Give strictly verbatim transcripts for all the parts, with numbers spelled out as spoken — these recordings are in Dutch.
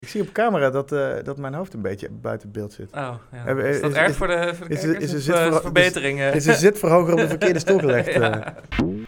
Ik zie op camera dat, uh, dat mijn hoofd een beetje buiten beeld zit. Oh, ja. Uh, is dat is, erg is, voor de, voor de is, kijkers? Is, is, of, is, uh, is verbetering? Is, is de zitverhoger op de verkeerde stoel gelegd? Ja. Uh.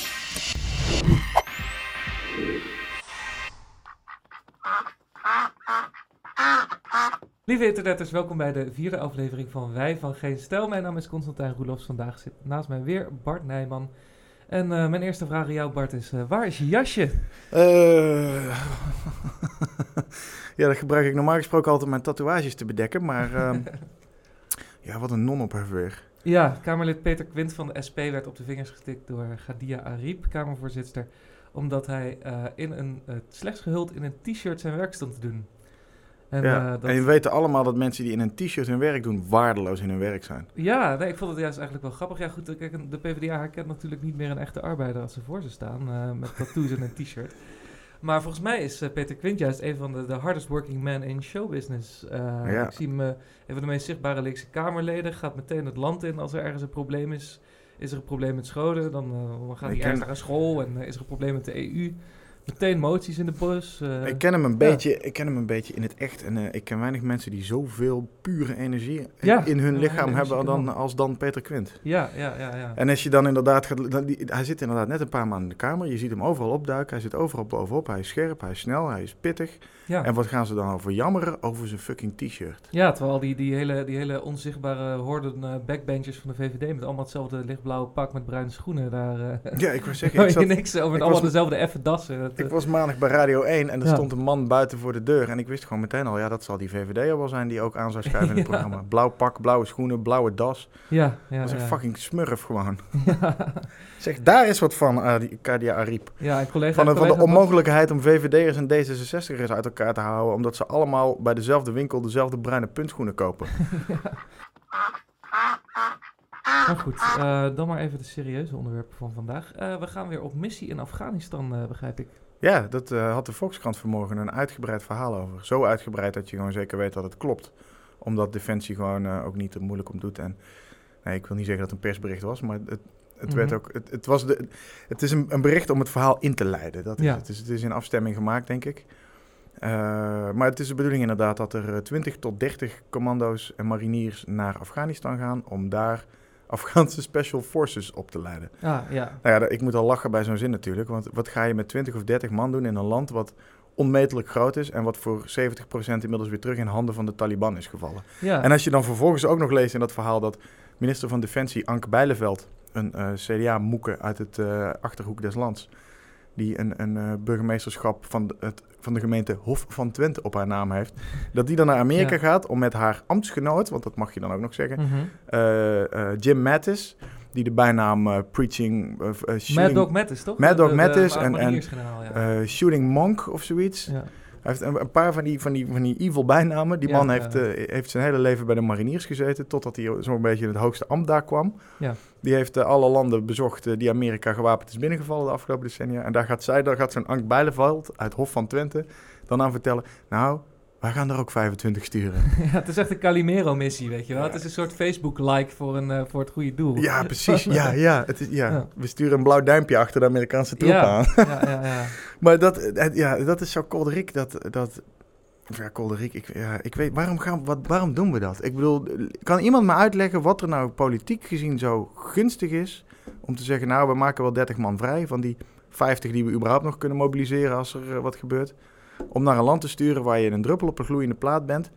Lieve internetters, welkom bij de vierde aflevering van Wij van Geen Stijl. Mijn naam is Constantijn Roelofs. Vandaag zit naast mij weer Bart Nijman. En uh, mijn eerste vraag aan jou, Bart, is uh, waar is je jasje? Uh, ja, dat gebruik ik normaal gesproken altijd om mijn tatoeages te bedekken. Maar uh, ja, wat een non-ophef weer. Ja, Kamerlid Peter Quint van de S P werd op de vingers getikt door Gadia Ariep, Kamervoorzitter. Omdat hij uh, in een, uh, slechts gehuld in een t-shirt zijn werk stond te doen. En, ja, uh, dat... en we weten allemaal dat mensen die in een t-shirt hun werk doen, waardeloos in hun werk zijn. Ja, nee, ik vond het juist eigenlijk wel grappig. Ja goed, kijk, de P v d A herkent natuurlijk niet meer een echte arbeider als ze voor ze staan, uh, met tattoos en een t-shirt. Maar volgens mij is uh, Peter Quint juist een van de, de hardest working men in showbusiness. Uh, ja. Ik zie hem, uh, een van de meest zichtbare linkse Kamerleden, gaat meteen het land in als er ergens een probleem is. Is er een probleem met scholen, dan uh, gaat hij ergens naar een school en uh, is er een probleem met de E U. Meteen moties in de bus. Uh, ik, ken hem een ja. beetje, ik ken hem een beetje in het echt. En uh, ik ken weinig mensen die zoveel pure energie ja, in hun ja, lichaam ja, hebben dan, als dan Peter Quint. Ja, ja, ja, ja. En als je dan inderdaad gaat... Dan, die, hij zit inderdaad net een paar maanden in de Kamer. Je ziet hem overal opduiken. Hij zit overal bovenop. Hij is scherp, hij is snel, hij is pittig. Ja. En wat gaan ze dan over jammeren? Over zijn fucking t-shirt. Ja, terwijl die, die, hele, die hele onzichtbare horden uh, backbenchers van de V V D... met allemaal hetzelfde lichtblauwe pak met bruine schoenen. Daar uh, ja, ik wou zeggen... ik zat, je niks over, met allemaal was, dezelfde effe dassen. Dat, ik uh, was maandag bij Radio één en er ja. stond een man buiten voor de deur. En ik wist gewoon meteen al, ja, dat zal die V V D'er wel zijn... die ook aan zou schuiven in het ja. programma. Blauw pak, blauwe schoenen, blauwe das. Ja, ja, dat is een ja. fucking smurf gewoon. Ja. Zeg, daar is wat van, uh, die Gadia Ariep. Ja, en collega, van, de, collega van de onmogelijkheid om V V D'ers en D zesenzestig'ers uit elkaar te houden... omdat ze allemaal bij dezelfde winkel dezelfde bruine puntschoenen kopen. Ja. Maar goed, uh, dan maar even de serieuze onderwerpen van vandaag. Uh, we gaan weer op missie in Afghanistan, uh, begrijp ik. Ja, dat uh, had de Volkskrant vanmorgen een uitgebreid verhaal over. Zo uitgebreid dat je gewoon zeker weet dat het klopt. Omdat Defensie gewoon uh, ook niet te moeilijk om doet. En nee, ik wil niet zeggen dat het een persbericht was, maar het, het, mm-hmm. werd ook, het, het, was de, het is een, een bericht om het verhaal in te leiden. Dat is ja. het. Dus het is in afstemming gemaakt, denk ik. Uh, maar het is de bedoeling inderdaad dat er twintig tot dertig commando's en mariniers naar Afghanistan gaan om daar Afghaanse Special Forces op te leiden. Ah, ja. Nou ja, ik moet al lachen bij zo'n zin natuurlijk, want wat ga je met twintig of dertig man doen in een land wat onmetelijk groot is en wat voor zeventig procent inmiddels weer terug in handen van de Taliban is gevallen. Ja. En als je dan vervolgens ook nog leest in dat verhaal dat minister van Defensie Anke Bijleveld, een uh, C D A-moeke uit het uh, Achterhoek des Lands, die een, een uh, burgemeesterschap van de, het, van de gemeente Hof van Twente op haar naam heeft, dat die dan naar Amerika ja. gaat om met haar ambtsgenoot, want dat mag je dan ook nog zeggen, mm-hmm. uh, uh, Jim Mattis, die de bijnaam uh, Preaching... Uh, uh, shooting, Mad Dog Mattis, toch? Mad Dog de, Mattis de, de, en, en ja. uh, Shooting Monk of zoiets. Ja. Hij heeft een, een paar van die, van, die, van die evil bijnamen. Die ja, man heeft, uh, heeft zijn hele leven bij de mariniers gezeten, totdat hij zo'n beetje in het hoogste ambt daar kwam. Ja. Die heeft uh, alle landen bezocht uh, die Amerika gewapend is binnengevallen de afgelopen decennia. En daar gaat zij, daar gaat zo'n Anke Bijleveld uit Hof van Twente dan aan vertellen, nou, wij gaan er ook vijfentwintig sturen. Ja, het is echt een Calimero-missie, weet je wel. Ja. Het is een soort Facebook-like voor, een, uh, voor het goede doel. Ja, precies. Ja, ja, het is, ja. ja. We sturen een blauw duimpje achter de Amerikaanse troepen ja. aan. Ja, ja, ja. Maar dat, ja, dat is zo kolderiek, dat... dat Ja, kolderiek. Ik, ja, ik weet, waarom, gaan, wat, waarom doen we dat? Ik bedoel, kan iemand me uitleggen wat er nou politiek gezien zo gunstig is om te zeggen, nou, we maken wel dertig man vrij van die vijftig die we überhaupt nog kunnen mobiliseren als er uh, wat gebeurt, om naar een land te sturen waar je een druppel op een gloeiende plaat bent.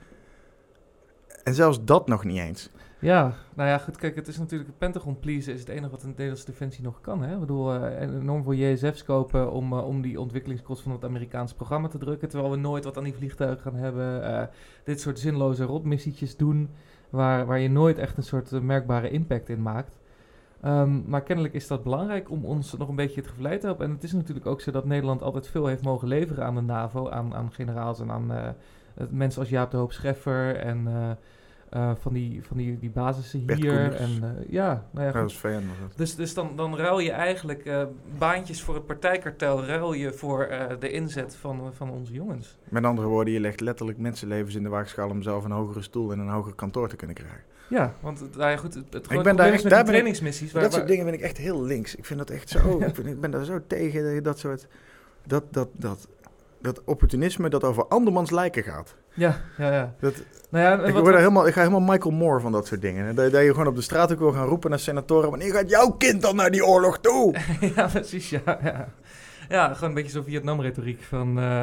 En zelfs dat nog niet eens. Ja, nou ja, goed, kijk, het is natuurlijk, het Pentagon pleasen is het enige wat een Nederlandse defensie nog kan, hè. Ik bedoel, uh, enorm veel J S F's kopen om, uh, om die ontwikkelingskosten van het Amerikaanse programma te drukken, terwijl we nooit wat aan die vliegtuigen gaan hebben. Uh, dit soort zinloze rotmissietjes doen, waar, waar je nooit echt een soort uh, merkbare impact in maakt. Um, maar kennelijk is dat belangrijk om ons nog een beetje het gevleid te helpen. En het is natuurlijk ook zo dat Nederland altijd veel heeft mogen leveren aan de NAVO, aan, aan generaals en aan uh, mensen als Jaap de Hoop Scheffer en... Uh, Uh, van die, van die, die basissen hier. En, uh, ja, nou ja, goed. V N Dus, dus dan, dan ruil je eigenlijk uh, baantjes voor het partijkartel, ruil je voor uh, de inzet van, van onze jongens. Met andere woorden, je legt letterlijk mensenlevens in de waagschaal om zelf een hogere stoel in een hoger kantoor te kunnen krijgen. Ja, want nou ja, goed, het, het grote probleem is met die trainingsmissies. Waar, dat soort waar... dingen vind ik echt heel links. Ik vind dat echt zo, ik, vind, ik ben daar zo tegen, dat soort, dat, dat, dat dat opportunisme dat over andermans lijken gaat. Ja, ja, ja. Dat, nou ja, ik, wat, word er helemaal, ik ga helemaal Michael Moore van dat soort dingen. Dat, dat je gewoon op de straat ook wil gaan roepen naar senatoren. Wanneer gaat jouw kind dan naar die oorlog toe? ja, precies, ja, ja. Ja, gewoon een beetje zo Vietnam-retoriek van... Uh,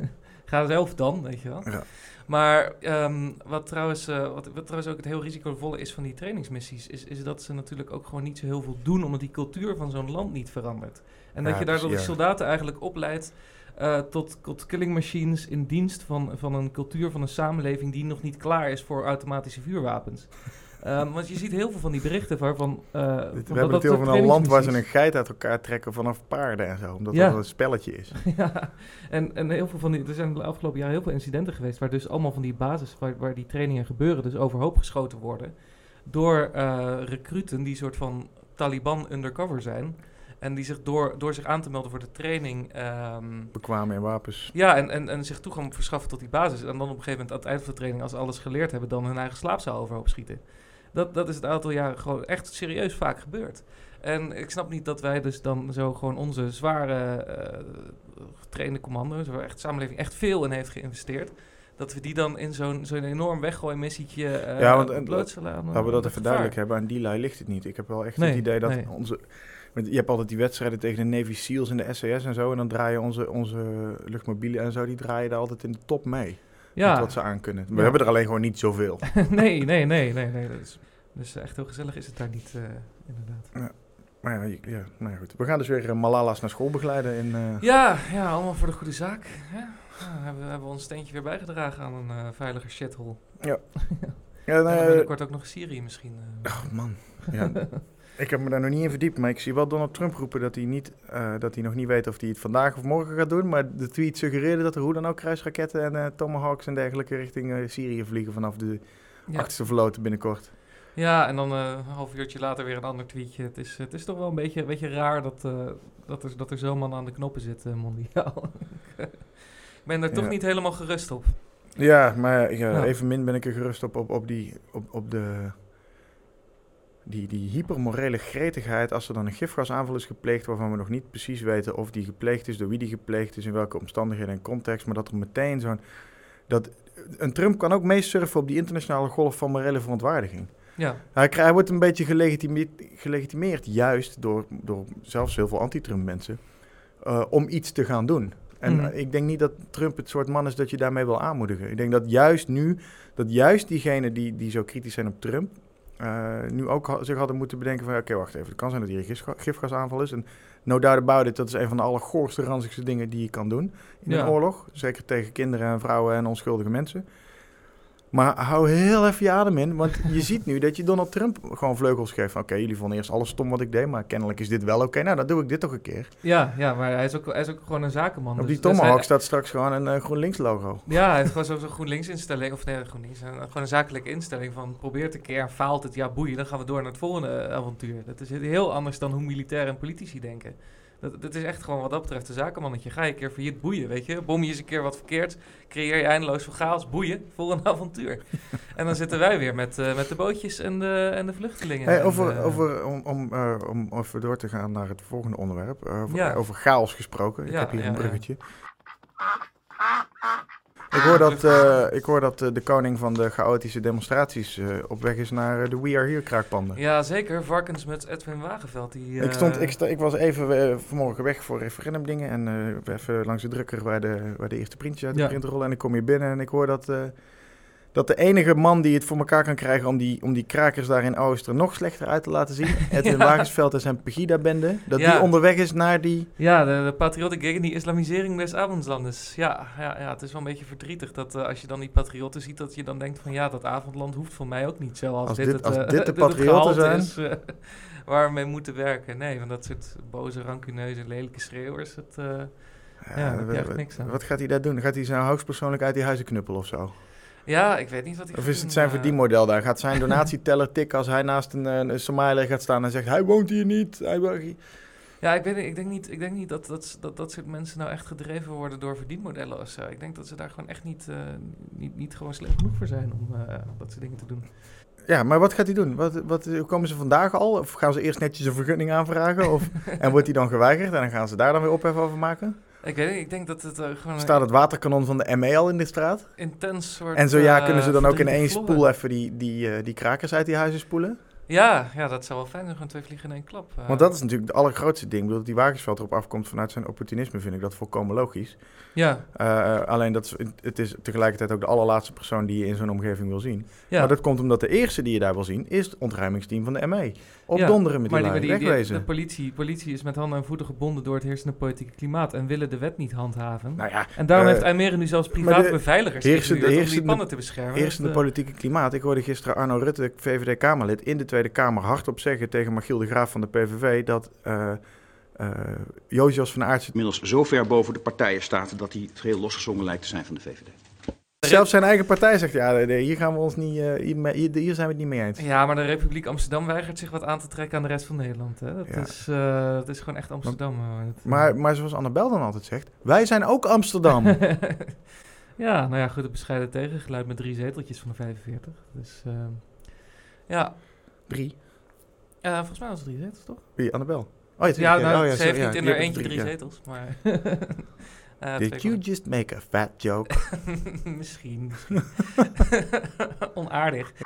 ga zelf dan, weet je wel. Ja. Maar um, wat, trouwens, uh, wat, wat trouwens ook het heel risicovolle is van die trainingsmissies... Is, is dat ze natuurlijk ook gewoon niet zo heel veel doen... omdat die cultuur van zo'n land niet verandert. En dat ja, je daardoor dus, ja. de soldaten eigenlijk opleidt... Uh, tot, tot killing machines in dienst van, van een cultuur, van een samenleving... die nog niet klaar is voor automatische vuurwapens. Um, want je ziet heel veel van die berichten waarvan... Uh, We van hebben dat, het heel van een land waar ze een geit uit elkaar trekken vanaf paarden en zo. Omdat ja. dat een spelletje is. ja, en, en heel veel van die... Er zijn de afgelopen jaren heel veel incidenten geweest... waar dus allemaal van die basis, waar, waar die trainingen gebeuren... dus overhoop geschoten worden... door uh, recruten die soort van Taliban undercover zijn... En die zich door, door zich aan te melden voor de training... Um, bekwamen in wapens. Ja, en, en, en zich toegang verschaffen tot die basis. En dan op een gegeven moment aan het eind van de training... als ze alles geleerd hebben, dan hun eigen slaapzaal overhoop schieten. Dat, dat is het aantal jaren gewoon echt serieus vaak gebeurd. En ik snap niet dat wij dus dan zo gewoon onze zware uh, getrainde commando's... waar echt de samenleving echt veel in heeft geïnvesteerd... dat we die dan in zo'n, zo'n enorm weggooimissietje uh, ja, want blootslaan. Laten we dat even duidelijk hebben. Aan die lui ligt het niet. Ik heb wel echt nee, het idee dat nee. onze... Je hebt altijd die wedstrijden tegen de Navy SEALs en de S A S en zo. En dan draaien onze, onze luchtmobielen en zo, die draaien daar altijd in de top mee. Ja. Met wat ze aan kunnen. We ja. hebben er alleen gewoon niet zoveel. nee, nee, nee, nee. nee. Dus, dus echt heel gezellig is het daar niet, uh, inderdaad. Ja. Maar ja, ja, nou ja, goed. We gaan dus weer uh, Malala's naar school begeleiden. In, uh... ja, ja, allemaal voor de goede zaak. Hè? Ja, hebben, we hebben ons steentje weer bijgedragen aan een uh, veilige shithole. Ja. ja nou, en binnenkort ook nog Syrië misschien. Uh. Oh man, ja. Ik heb me daar nog niet in verdiept, maar ik zie wel Donald Trump roepen dat hij, niet, uh, dat hij nog niet weet of hij het vandaag of morgen gaat doen. Maar de tweet suggereerde dat er hoe dan ook kruisraketten en uh, tomahawks en dergelijke richting uh, Syrië vliegen vanaf de ja. achterste vloten binnenkort. Ja, en dan uh, een half uurtje later weer een ander tweetje. Het is, het is toch wel een beetje, een beetje raar dat, uh, dat, er, dat er zo'n man aan de knoppen zit, uh, mondiaal. Ik ben er toch ja. niet helemaal gerust op. Ja, maar ja, ja. evenmin ben ik er gerust op, op, op, die, op, op de... Die, die hypermorele gretigheid als er dan een gifgasaanval is gepleegd... waarvan we nog niet precies weten of die gepleegd is... door wie die gepleegd is, in welke omstandigheden en context... maar dat er meteen zo'n... dat een Trump kan ook meesurfen op die internationale golf van morele verontwaardiging. Ja. Hij, hij wordt een beetje gelegitimeerd, gelegitimeerd juist door, door zelfs heel veel anti-Trump mensen... Uh, om iets te gaan doen. En mm. uh, ik denk niet dat Trump het soort man is dat je daarmee wil aanmoedigen. Ik denk dat juist nu, dat juist diegenen die, die zo kritisch zijn op Trump... Uh, nu ook ha- zich hadden moeten bedenken van... oké, okay, wacht even, het kan zijn dat hier een gifga- gifgasaanval is. En no doubt about it, dat is een van de allergoorste, ranzigste dingen die je kan doen in ja. een oorlog. Zeker tegen kinderen en vrouwen en onschuldige mensen. Maar hou heel even je adem in, want je ziet nu dat je Donald Trump gewoon vleugels geeft. Oké, okay, jullie vonden eerst alles stom wat ik deed, maar kennelijk is dit wel oké. Okay. Nou, dan doe ik dit toch een keer. Ja, ja, maar hij is ook, hij is ook gewoon een zakenman. Op dus, die Tomahawk dus hij, staat straks gewoon een uh, GroenLinks logo. Ja, hij heeft gewoon zo'n zo GroenLinks instelling, of nee, GroenLinks, een, gewoon een zakelijke instelling van probeer het een keer en faalt het, ja boeien, dan gaan we door naar het volgende avontuur. Dat is heel anders dan hoe militairen en politici denken. Dat, dat is echt gewoon wat dat betreft een zakenmannetje. Ga je een keer failliet, boeien, weet je. Bom je eens een keer wat verkeerd. Creëer je eindeloos van chaos, boeien, voor een avontuur. En dan zitten wij weer met, uh, met de bootjes en de, en de vluchtelingen. Hey, over, en, uh, over, om, om, uh, om even door te gaan naar het volgende onderwerp. Uh, over, ja. over chaos gesproken. Ik ja, heb hier ja, een bruggetje. Ja. Ik hoor dat, uh, ik hoor dat uh, de koning van de chaotische demonstraties uh, op weg is naar uh, de We Are Here kraakpanden. Ja, zeker. Varkens met Edwin Wagenveld. Die, uh... ik, stond, ik, sta, ik was even uh, vanmorgen weg voor referendumdingen en uh, even langs de drukker waar de, waar de eerste printjes uit de ja. print rollen. En ik kom hier binnen en ik hoor dat, uh, dat de enige man die het voor elkaar kan krijgen om die, om die krakers daar in Ooster nog slechter uit te laten zien, Edwin ja. Wagensveld en zijn Pegida-bende, dat ja. die onderweg is naar die... Ja, de, de patriotten tegen die islamisering des avondlandes. Ja, ja, ja, het is wel een beetje verdrietig dat uh, als je dan die patriotten ziet, dat je dan denkt van ja, dat avondland hoeft voor mij ook niet zo als, als dit, dit, het, als uh, dit de patriotten zijn is, uh, waar we mee moeten werken. Nee, van dat soort boze, rancuneuze, lelijke schreeuwers, dat, uh, ja, ja, daar heb je echt niks aan. Wat gaat hij daar doen? Gaat hij zijn hoogstpersoonlijk uit die huizen knuppelen of zo? Ja, ik weet niet wat hij Of is het zijn verdienmodel daar? Gaat zijn donatieteller tikken als hij naast een, een Somaliër gaat staan en zegt... hij woont hier niet, hij woont hier. Ja, ik, weet, ik denk niet, ik denk niet dat, dat, dat dat soort mensen nou echt gedreven worden door verdienmodellen of zo. Ik denk dat ze daar gewoon echt niet, uh, niet, niet gewoon slim genoeg voor zijn om uh, dat soort dingen te doen. Ja, maar wat gaat hij doen? Wat, wat, komen ze vandaag al? Of gaan ze eerst netjes een vergunning aanvragen? Of, en wordt die dan geweigerd en dan gaan ze daar dan weer ophef over maken? Ik weet niet, ik denk dat het uh, gewoon... Staat het waterkanon van de M E al in de straat? Intens soort... En zo ja, uh, kunnen ze dan ook in één vloeren. spoel even die, die, uh, die krakers uit die huizen spoelen? Ja, ja, dat zou wel fijn zijn, gewoon twee vliegen in één klap. Uh. Want dat is natuurlijk het allergrootste ding. Ik bedoel, dat die Wagensveld erop afkomt vanuit zijn opportunisme, vind ik dat volkomen logisch. Ja. Uh, alleen, dat is, het is tegelijkertijd ook de allerlaatste persoon die je in zo'n omgeving wil zien. Ja. Maar dat komt omdat de eerste die je daar wil zien, is het ontruimingsteam van de M E. Opdonderen ja, met die, maar die, die, die wegwezen. De politie, politie is met handen en voeten gebonden door het heersende politieke klimaat en willen de wet niet handhaven. Nou ja, en daarom uh, heeft IJmeren nu zelfs private beveiligers gehuurd om die pannen te beschermen. Heersende politieke klimaat. Ik hoorde gisteren Arno Rutte, V V D-Kamerlid, in de Tweede Kamer hardop zeggen tegen Michiel de Graaf van de P V V dat uh, uh, Josias van Aartsen inmiddels zo ver boven de partijen staat dat hij geheel losgezongen lijkt te zijn van de V V D. Zelfs zijn eigen partij zegt, ja, nee, hier gaan we ons niet, uh, hier, hier zijn we het niet mee eens. Ja, maar de Republiek Amsterdam weigert zich wat aan te trekken aan de rest van Nederland. Hè? Dat, ja. is, uh, dat is gewoon echt Amsterdam. Maar, het, maar, maar zoals Annabel dan altijd zegt, wij zijn ook Amsterdam. Ja, nou ja, goed, het bescheiden tegengeluid met drie zeteltjes van de vijfenveertig. Dus uh, ja. Drie? Ja, uh, volgens mij was het drie zetels, toch? Wie, Annabel? Oh, ja, nou, oh, ja, ze zo, heeft ja, niet in haar eentje drie, drie ja. zetels, maar... Uh, Did you just make a fat joke? misschien, misschien. Onaardig.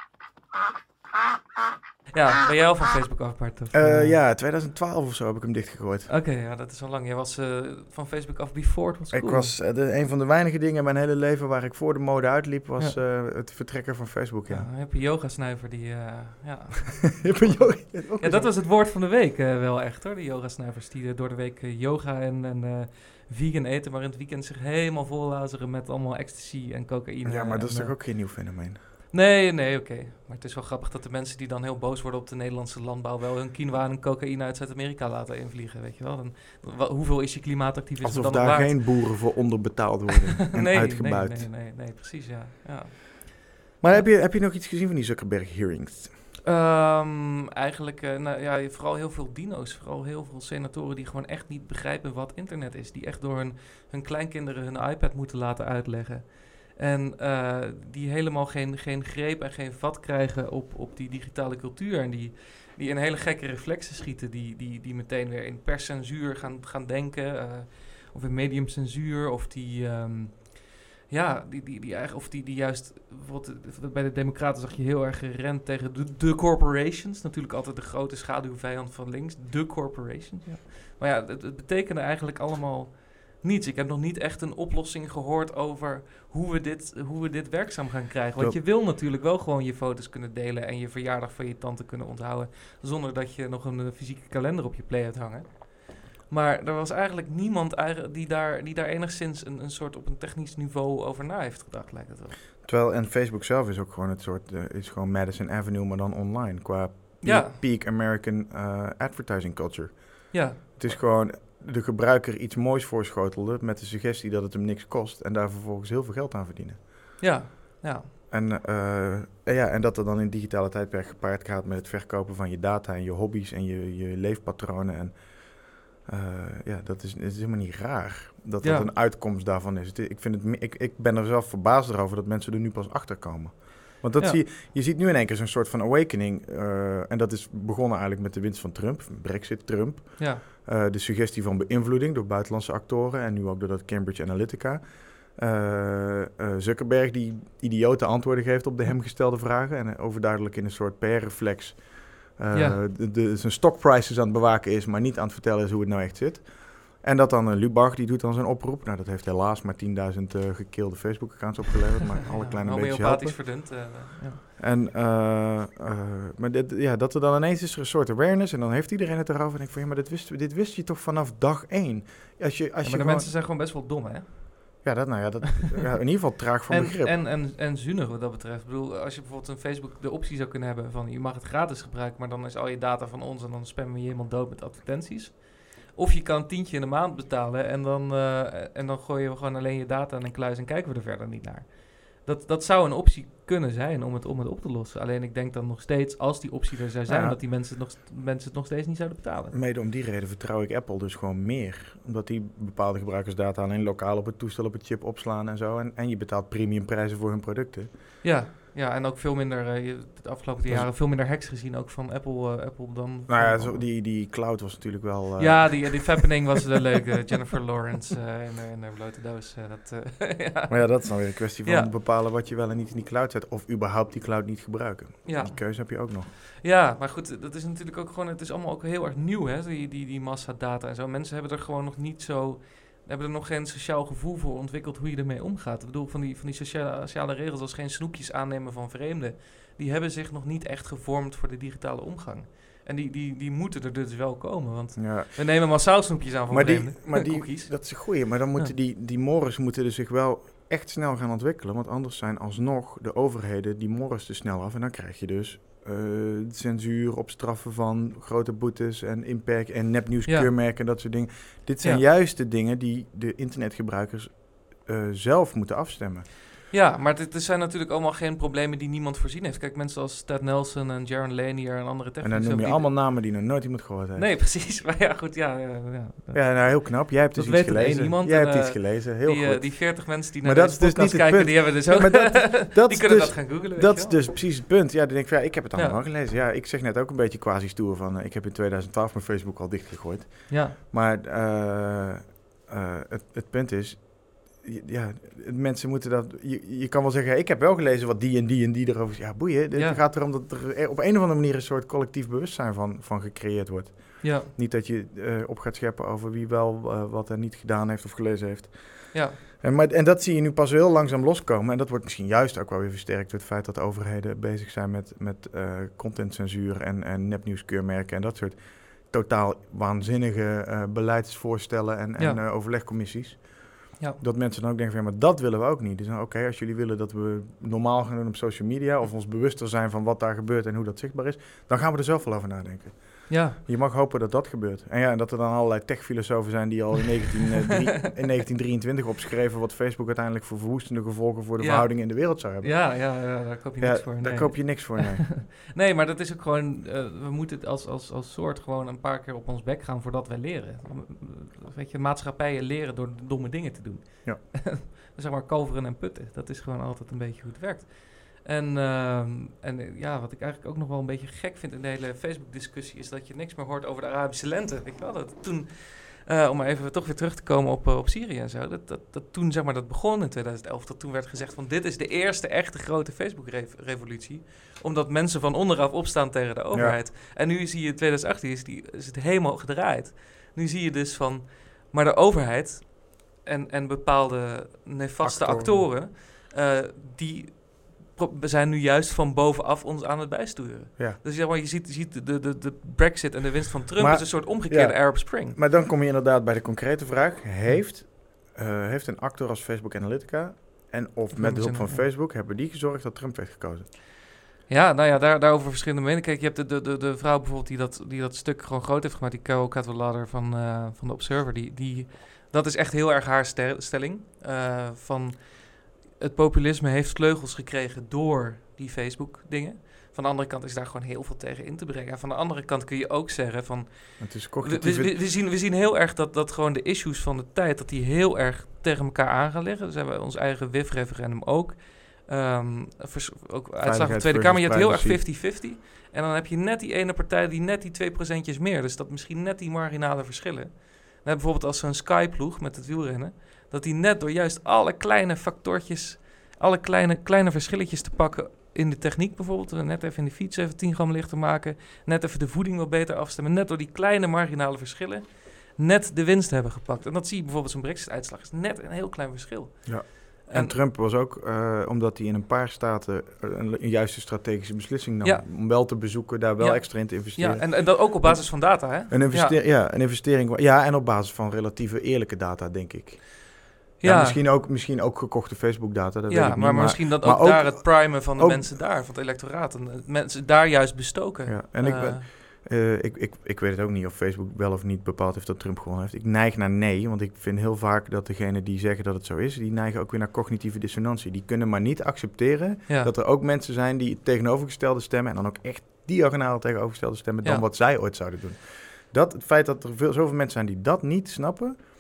Ja, ben jij al van Facebook af, Bart? Of, uh, ja, twintig twaalf of zo heb ik hem dichtgegooid. Oké, okay, ja, dat is al lang. Jij was uh, van Facebook af before it was cool. Ik was uh, de, een van de weinige dingen in mijn hele leven waar ik voor de mode uitliep, was ja. uh, het vertrekken van Facebook, ja. ja heb je yoga-snuiver die, uh, ja. heb je yoga? Ja, dat was het woord van de week uh, wel echt, hoor. De yoga-snuivers die uh, door de week uh, yoga en... en uh, vegan eten, maar in het weekend zich helemaal vollazeren met allemaal ecstasy en cocaïne. Ja, maar dat is en, toch ook geen nieuw fenomeen? Nee, nee, oké. Okay. Maar het is wel grappig dat de mensen die dan heel boos worden op de Nederlandse landbouw wel hun quinoa en cocaïne uit Zuid-Amerika laten invliegen, weet je wel. Dan, w- hoeveel is je klimaatactivisme Alsof dan daar waard? geen boeren voor onderbetaald worden en nee, uitgebuit. Nee, nee, nee, nee, precies, ja. ja. Maar heb je, heb je nog iets gezien van die Zuckerberg hearings? Um, eigenlijk, uh, nou, ja, vooral heel veel dino's, vooral heel veel senatoren die gewoon echt niet begrijpen wat internet is. Die echt door hun, hun kleinkinderen hun iPad moeten laten uitleggen. En uh, die helemaal geen, geen greep en geen vat krijgen op, op die digitale cultuur. En die, die in hele gekke reflexen schieten, die, die, die meteen weer in perscensuur gaan, gaan denken. Uh, of in mediumcensuur, of die... Um, Ja, die, die, die, of die, die juist, bijvoorbeeld bij de Democraten zag je heel erg gerend tegen de, de corporations. Natuurlijk altijd de grote schaduwvijand van links, de corporations. Ja. Maar ja, het, het betekende eigenlijk allemaal niets. Ik heb nog niet echt een oplossing gehoord over hoe we dit, hoe we dit werkzaam gaan krijgen. Want je wil natuurlijk wel gewoon je foto's kunnen delen en je verjaardag van je tante kunnen onthouden, zonder dat je nog een fysieke kalender op je play hebt hangen. Maar er was eigenlijk niemand die daar, die daar enigszins een, een soort op een technisch niveau over na heeft gedacht, lijkt het wel. Terwijl, en Facebook zelf is ook gewoon het soort, uh, is gewoon Madison Avenue, maar dan online, qua ja. peak American uh, advertising culture. Ja. Het is gewoon de gebruiker iets moois voorschotelde met de suggestie dat het hem niks kost en daar vervolgens heel veel geld aan verdienen. Ja, ja. En, uh, ja, en dat er dan in het digitale tijdperk gepaard gaat met het verkopen van je data en je hobby's en je, je leefpatronen en... Uh, ja, dat is, is helemaal niet raar dat dat ja. een uitkomst daarvan is. Ik, vind het, ik, ik ben er zelf verbaasd over dat mensen er nu pas achter komen. Want dat ja. zie je, je ziet nu in één keer zo'n soort van awakening. Uh, en dat is begonnen eigenlijk met de winst van Trump, Brexit Trump. Ja. Uh, de suggestie van beïnvloeding door buitenlandse actoren en nu ook door dat Cambridge Analytica. Uh, uh, Zuckerberg die idiote antwoorden geeft op de hem gestelde vragen en overduidelijk in een soort P R-reflex... Uh, ja. de, de, zijn stockprices aan het bewaken is, maar niet aan het vertellen is hoe het nou echt zit. En dat dan uh, Lubach, die doet dan zijn oproep. Nou, dat heeft helaas maar tienduizend uh, gekilde Facebook-accounts opgeleverd, maar alle kleine ja, beetjes helpen. verdund. Uh, ja. En, uh, uh, maar dit, ja, dat er dan ineens is er een soort awareness en dan heeft iedereen het erover. En ik van, ja, maar dit wist, dit wist je toch vanaf dag één? Als je, als ja, maar je de gewoon... mensen zijn gewoon best wel dom, hè? Ja, dat, nou ja, dat, ja, in ieder geval traag van en, begrip. En, en, en zuinig wat dat betreft. Ik bedoel, als je bijvoorbeeld een Facebook de optie zou kunnen hebben van je mag het gratis gebruiken, maar dan is al je data van ons en dan spammen we je helemaal dood met advertenties. Of je kan een tientje in de maand betalen en dan, uh, en dan gooien we gewoon alleen je data in een kluis en kijken we er verder niet naar. Dat, dat zou een optie kunnen zijn om het, om het op te lossen. Alleen ik denk dan nog steeds, als die optie er zou zijn, ja. dat die mensen het, nog, mensen het nog steeds niet zouden betalen. Mede om die reden vertrouw ik Apple dus gewoon meer. Omdat die bepaalde gebruikersdata alleen lokaal op het toestel op het chip opslaan en zo. En, en je betaalt premiumprijzen voor hun producten. Ja. Ja, en ook veel minder, uh, je hebt de afgelopen jaren Dus, veel minder hacks gezien, ook van Apple, uh, Apple dan... Nou ja, van, zo, die, die cloud was natuurlijk wel... Uh, ja, die, die fappening was uh, leuk. Uh, Jennifer Lawrence uh, in, uh, in haar blote doos. Uh, dat, uh, ja. Maar ja, dat is dan weer een kwestie van ja. bepalen wat je wel en niet in die cloud zet. Of überhaupt die cloud niet gebruiken. Ja. Die keuze heb je ook nog. Ja, maar goed, dat is natuurlijk ook gewoon... Het is allemaal ook heel erg nieuw, hè, die, die, die massadata en zo. Mensen hebben er gewoon nog niet zo... hebben er nog geen sociaal gevoel voor ontwikkeld hoe je ermee omgaat. Ik bedoel, van die, van die sociale, sociale regels als geen snoepjes aannemen van vreemden, die hebben zich nog niet echt gevormd voor de digitale omgang. En die, die, die moeten er dus wel komen, want ja. we nemen massaal snoepjes aan van maar vreemden. Die, maar die, dat is een goeie, maar dan moeten ja. die, die mores moeten er zich wel echt snel gaan ontwikkelen, want anders zijn alsnog de overheden die mores te snel af en dan krijg je dus uh, censuur op straffen van grote boetes en inperk en nepnieuwskeurmerken en ja. dat soort dingen. Dit zijn ja. juist de dingen die de internetgebruikers uh, zelf moeten afstemmen. Ja, maar dit zijn natuurlijk allemaal geen problemen die niemand voorzien heeft. Kijk, mensen als Ted Nelson en Jaron Lanier en andere technici... En dan noem je allemaal namen die nog nooit iemand gehoord heeft. Nee, precies. Maar ja, goed, ja. Ja, ja, ja nou, heel knap. Jij hebt dus iets gelezen. Iemand, Jij en, hebt uh, iets gelezen, heel die, goed. Uh, die veertig mensen die maar naar deze dus podcast kijken, die hebben dus ook... Ja, dat, dat die kunnen dus, dat gaan googlen. Dat is dus precies het punt. Ja, dan denk ik van, ja, ik heb het allemaal ja. gelezen. Ja, ik zeg net ook een beetje quasi stoer van... Uh, ik heb in tweeduizend twaalf mijn Facebook al dichtgegooid. Ja. Maar uh, uh, het, het punt is... Ja, mensen moeten dat... Je, je kan wel zeggen, ik heb wel gelezen wat die en die en die erover... Ja, boeien. Het ja. gaat erom dat er op een of andere manier een soort collectief bewustzijn van, van gecreëerd wordt. Ja. Niet dat je uh, op gaat scheppen over wie wel uh, wat er niet gedaan heeft of gelezen heeft. Ja. En, maar, en dat zie je nu pas heel langzaam loskomen. En dat wordt misschien juist ook wel weer versterkt door het feit dat overheden bezig zijn met, met uh, contentcensuur en, en nepnieuwskeurmerken en dat soort totaal waanzinnige uh, beleidsvoorstellen en, en ja. uh, overlegcommissies. Ja. Dat mensen dan ook denken van, ja, maar dat willen we ook niet. Dus oké, okay, als jullie willen dat we normaal gaan doen op social media... of ons bewuster zijn van wat daar gebeurt en hoe dat zichtbaar is... dan gaan we er zelf wel over nadenken. Ja. Je mag hopen dat dat gebeurt. En ja, en dat er dan allerlei tech-filosofen zijn... die al in, negentien drieëntwintig opschreven... wat Facebook uiteindelijk voor verwoestende gevolgen... voor de ja. verhoudingen in de wereld zou hebben. Ja, ja, ja daar koop je ja, niks voor. Daar nee. koop je niks voor, nee. Nee, maar dat is ook gewoon... Uh, we moeten het als, als, als soort gewoon een paar keer op ons bek gaan... voordat wij leren. Weet je, maatschappijen leren door domme dingen te doen. Ja. Zeg maar kalveren en putten. Dat is gewoon altijd een beetje hoe het werkt. En, uh, en ja, wat ik eigenlijk ook nog wel een beetje gek vind in de hele Facebook-discussie... is dat je niks meer hoort over de Arabische lente. Weet je wel, dat toen... Uh, om maar even toch weer terug te komen op, uh, op Syrië en zo. Dat, dat, dat toen, zeg maar, dat begon in tweeduizend elf. Dat toen werd gezegd van dit is de eerste echte grote Facebook-revolutie. Omdat mensen van onderaf opstaan tegen de overheid. Ja. En nu zie je in tweeduizend achttien is, die, is het helemaal gedraaid. Nu zie je dus van... Maar de overheid en, en bepaalde nefaste actoren... actoren uh, die... We zijn nu juist van bovenaf ons aan het bijsturen. Ja. Dus zeg maar, je ziet, je ziet de, de, de Brexit en de winst van Trump... maar, is een soort omgekeerde ja, Arab Spring. Maar dan kom je inderdaad bij de concrete vraag. Heeft, uh, heeft een actor als Facebook Analytica... en of met de hulp van Facebook... hebben die gezorgd dat Trump werd gekozen? Ja, nou ja, daar, daarover verschillende meningen. Kijk, je hebt de, de, de, de vrouw bijvoorbeeld die dat, die dat stuk gewoon groot heeft gemaakt... die Carol Cadwalader van, uh, van de Observer. Die, die, dat is echt heel erg haar ster- stelling. Uh, van... Het populisme heeft vleugels gekregen door die Facebook-dingen. Van de andere kant is daar gewoon heel veel tegen in te brengen. En van de andere kant kun je ook zeggen van... Het is cognitieve... we, we, we, zien, we zien heel erg dat, dat gewoon de issues van de tijd... dat die heel erg tegen elkaar aan gaan liggen. Dus hebben we ons eigen W I F-referendum ook. Um, vers, ook uitslag van de Tweede Kamer. Je hebt heel erg vijftig vijftig. En dan heb je net die ene partij die net die twee procentjes meer. Dus dat misschien net die marginale verschillen. Dan bijvoorbeeld als zo'n Sky-ploeg met het wielrennen... dat die net door juist alle kleine factortjes... alle kleine, kleine verschilletjes te pakken in de techniek bijvoorbeeld... net even in de fiets even tien gram lichter maken... net even de voeding wat beter afstemmen... net door die kleine marginale verschillen... net de winst hebben gepakt. En dat zie je bijvoorbeeld zo'n Brexit-uitslag. is net een heel klein verschil. Ja. En, en Trump was ook, uh, omdat hij in een paar staten een, een juiste strategische beslissing nam... Ja. om wel te bezoeken, daar wel ja. extra in te investeren. Ja, en, en dat ook op basis van data, hè? Een investeer- ja. ja, een investering... Ja, en op basis van relatieve eerlijke data, denk ik. Ja, ja misschien, ook, misschien ook gekochte Facebook-data, dat ja, weet ik niet. Maar, maar misschien dat maar ook, ook daar het primen van de ook, mensen daar, van het electoraat... en mensen daar juist bestoken. Ja, en uh, ik, ben, uh, ik, ik, ik weet het ook niet of Facebook wel of niet bepaald heeft dat Trump gewonnen heeft. Ik neig naar nee, want ik vind heel vaak dat degenen die zeggen dat het zo is... die neigen ook weer naar cognitieve dissonantie. Die kunnen maar niet accepteren ja. dat er ook mensen zijn die het tegenovergestelde stemmen... en dan ook echt diagonaal tegenovergestelde stemmen dan ja. wat zij ooit zouden doen. Dat, het feit dat er veel, zoveel mensen zijn die dat niet snappen...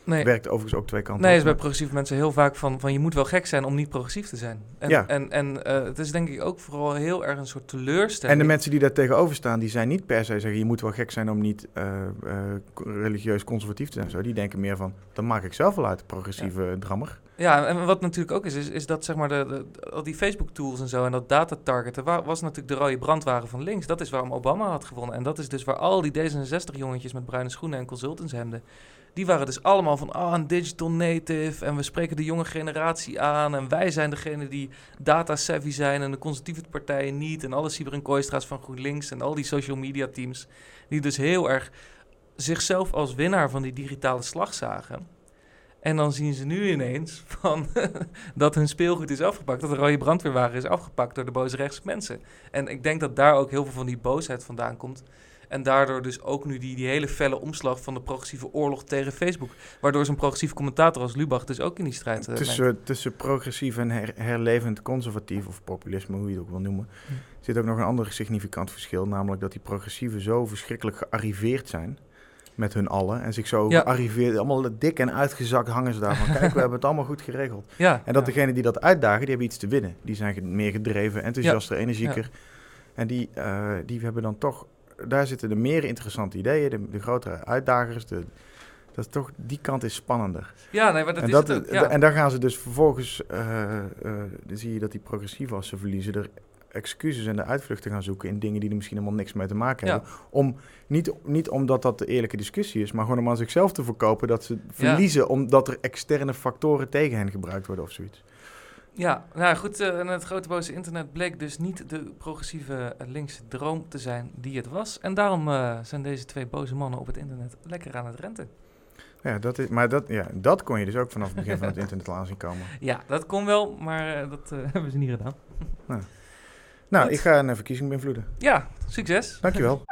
Nee. Werkt overigens ook twee kanten Nee, op. is bij progressieve mensen heel vaak van, van je moet wel gek zijn om niet progressief te zijn. En, Ja. en, en uh, het is denk ik ook vooral heel erg een soort teleurstelling. En de mensen die daar tegenover staan, die zijn niet per se zeggen... je moet wel gek zijn om niet uh, uh, religieus conservatief te zijn. Zo. Die denken meer van, dan maak ik zelf wel uit, progressieve ja. drammer. Ja, en wat natuurlijk ook is, is, is dat zeg maar de, de, al die Facebook-tools en zo... en dat data-targeten was natuurlijk de rode brandwagen van links. Dat is waarom Obama had gewonnen. En dat is dus waar al die D zesenzestig-jongetjes met bruine schoenen en consultantshemden... die waren dus allemaal van, ah, oh, een digital native... en we spreken de jonge generatie aan... en wij zijn degene die data-savvy zijn... en de conservatieve partijen niet... en alle Sieber en Kooistra's van GroenLinks... en al die social media teams... die dus heel erg zichzelf als winnaar van die digitale slag zagen... En dan zien ze nu ineens van dat hun speelgoed is afgepakt. Dat de rode brandweerwagen is afgepakt door de boze rechtse mensen. En ik denk dat daar ook heel veel van die boosheid vandaan komt. En daardoor dus ook nu die, die hele felle omslag van de progressieve oorlog tegen Facebook. Waardoor zo'n progressieve commentator als Lubach dus ook in die strijd... Uh, tussen, tussen progressief en her, herlevend conservatief, of populisme, hoe je het ook wil noemen... Hm. zit ook nog een ander significant verschil. Namelijk dat die progressieven zo verschrikkelijk gearriveerd zijn... met hun allen. En zich zo ja. arriveert, allemaal dik en uitgezakt hangen ze daarvan. Kijk, we hebben het allemaal goed geregeld. Ja, en dat ja. degenen die dat uitdagen, die hebben iets te winnen. Die zijn meer gedreven, enthousiaster, ja. energieker. Ja. En die, uh, die hebben dan toch... Daar zitten de meer interessante ideeën, de, de grotere uitdagers. De, dat is toch, die kant is spannender. Ja, nee, maar dat en is dat, het ook, ja. En dan gaan ze dus vervolgens... Uh, uh, dan zie je dat die progressieve, als ze verliezen... er excuses en de uitvluchten gaan zoeken in dingen die er misschien helemaal niks mee te maken ja. hebben. Om, niet, niet omdat dat de eerlijke discussie is, maar gewoon om aan zichzelf te verkopen dat ze verliezen, ja. omdat er externe factoren tegen hen gebruikt worden of zoiets. Ja, nou goed, uh, en het grote boze internet bleek dus niet de progressieve uh, linkse droom te zijn die het was. En daarom uh, zijn deze twee boze mannen op het internet lekker aan het renten. Ja, dat is, maar dat, ja, dat kon je dus ook vanaf het begin van het internet al aan zien komen. Ja, dat kon wel, maar uh, dat uh, hebben ze niet gedaan. Nou. Nou, Goed. Ik ga een verkiezing beïnvloeden. Ja, succes. Dankjewel.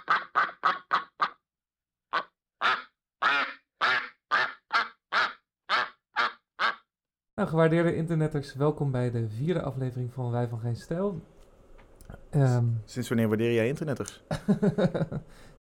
Nou, gewaardeerde internetters, welkom bij de vierde aflevering van Wij van Geen Stijl. Um, Sinds wanneer waardeer jij internetters?